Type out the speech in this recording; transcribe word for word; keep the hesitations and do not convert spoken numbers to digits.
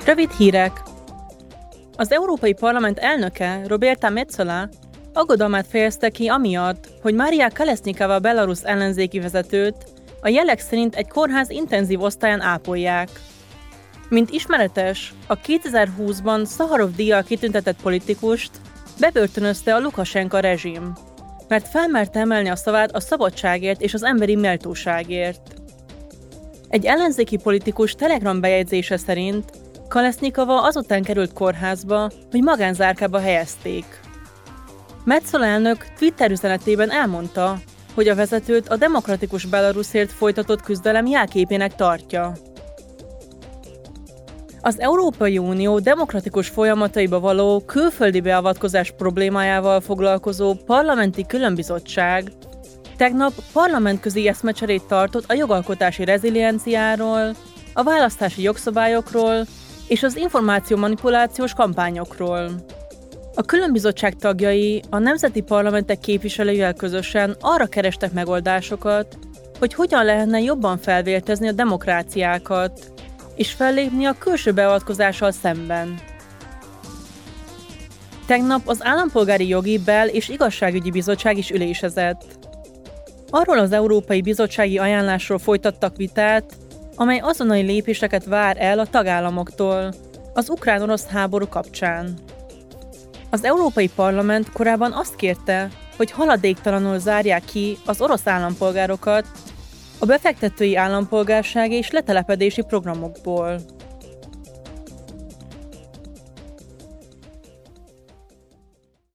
Rövid hírek. Az Európai Parlament elnöke, Roberta Metsola, aggodalmát fejezte ki amiatt, hogy Maria Kolesnikova belarusz ellenzéki vezetőt a jelek szerint egy kórház intenzív osztályán ápolják. Mint ismeretes, a kétezer-húszban Szaharov-díjjal kitüntetett politikust bebörtönözte a Lukasenka rezsim, mert felmerte emelni a szavát a szabadságért és az emberi méltóságért. Egy ellenzéki politikus Telegram bejegyzése szerint Kolesnikova azután került kórházba, hogy magánzárkába helyezték. Metsola elnök Twitter üzenetében elmondta, hogy a vezetőt a demokratikus Belarusért folytatott küzdelem jelképének tartja. Az Európai Unió demokratikus folyamataiba való külföldi beavatkozás problémájával foglalkozó parlamenti különbizottság tegnap parlamentközi eszmecserét tartott a jogalkotási rezilienciáról, a választási jogszabályokról és az információmanipulációs kampányokról. A különbizottság tagjai a nemzeti parlamentek képviselőivel közösen arra kerestek megoldásokat, hogy hogyan lehetne jobban felvértezni a demokráciákat, és fellépni a külső beavatkozással szemben. Tegnap az Állampolgári Jogi Bel- és Igazságügyi Bizottság is ülésezett. Arról az Európai Bizottsági ajánlásról folytattak vitát, amely azonnali lépéseket vár el a tagállamoktól az ukrán-orosz háború kapcsán. Az Európai Parlament korábban azt kérte, hogy haladéktalanul zárják ki az orosz állampolgárokat a befektetői állampolgársági és letelepedési programokból.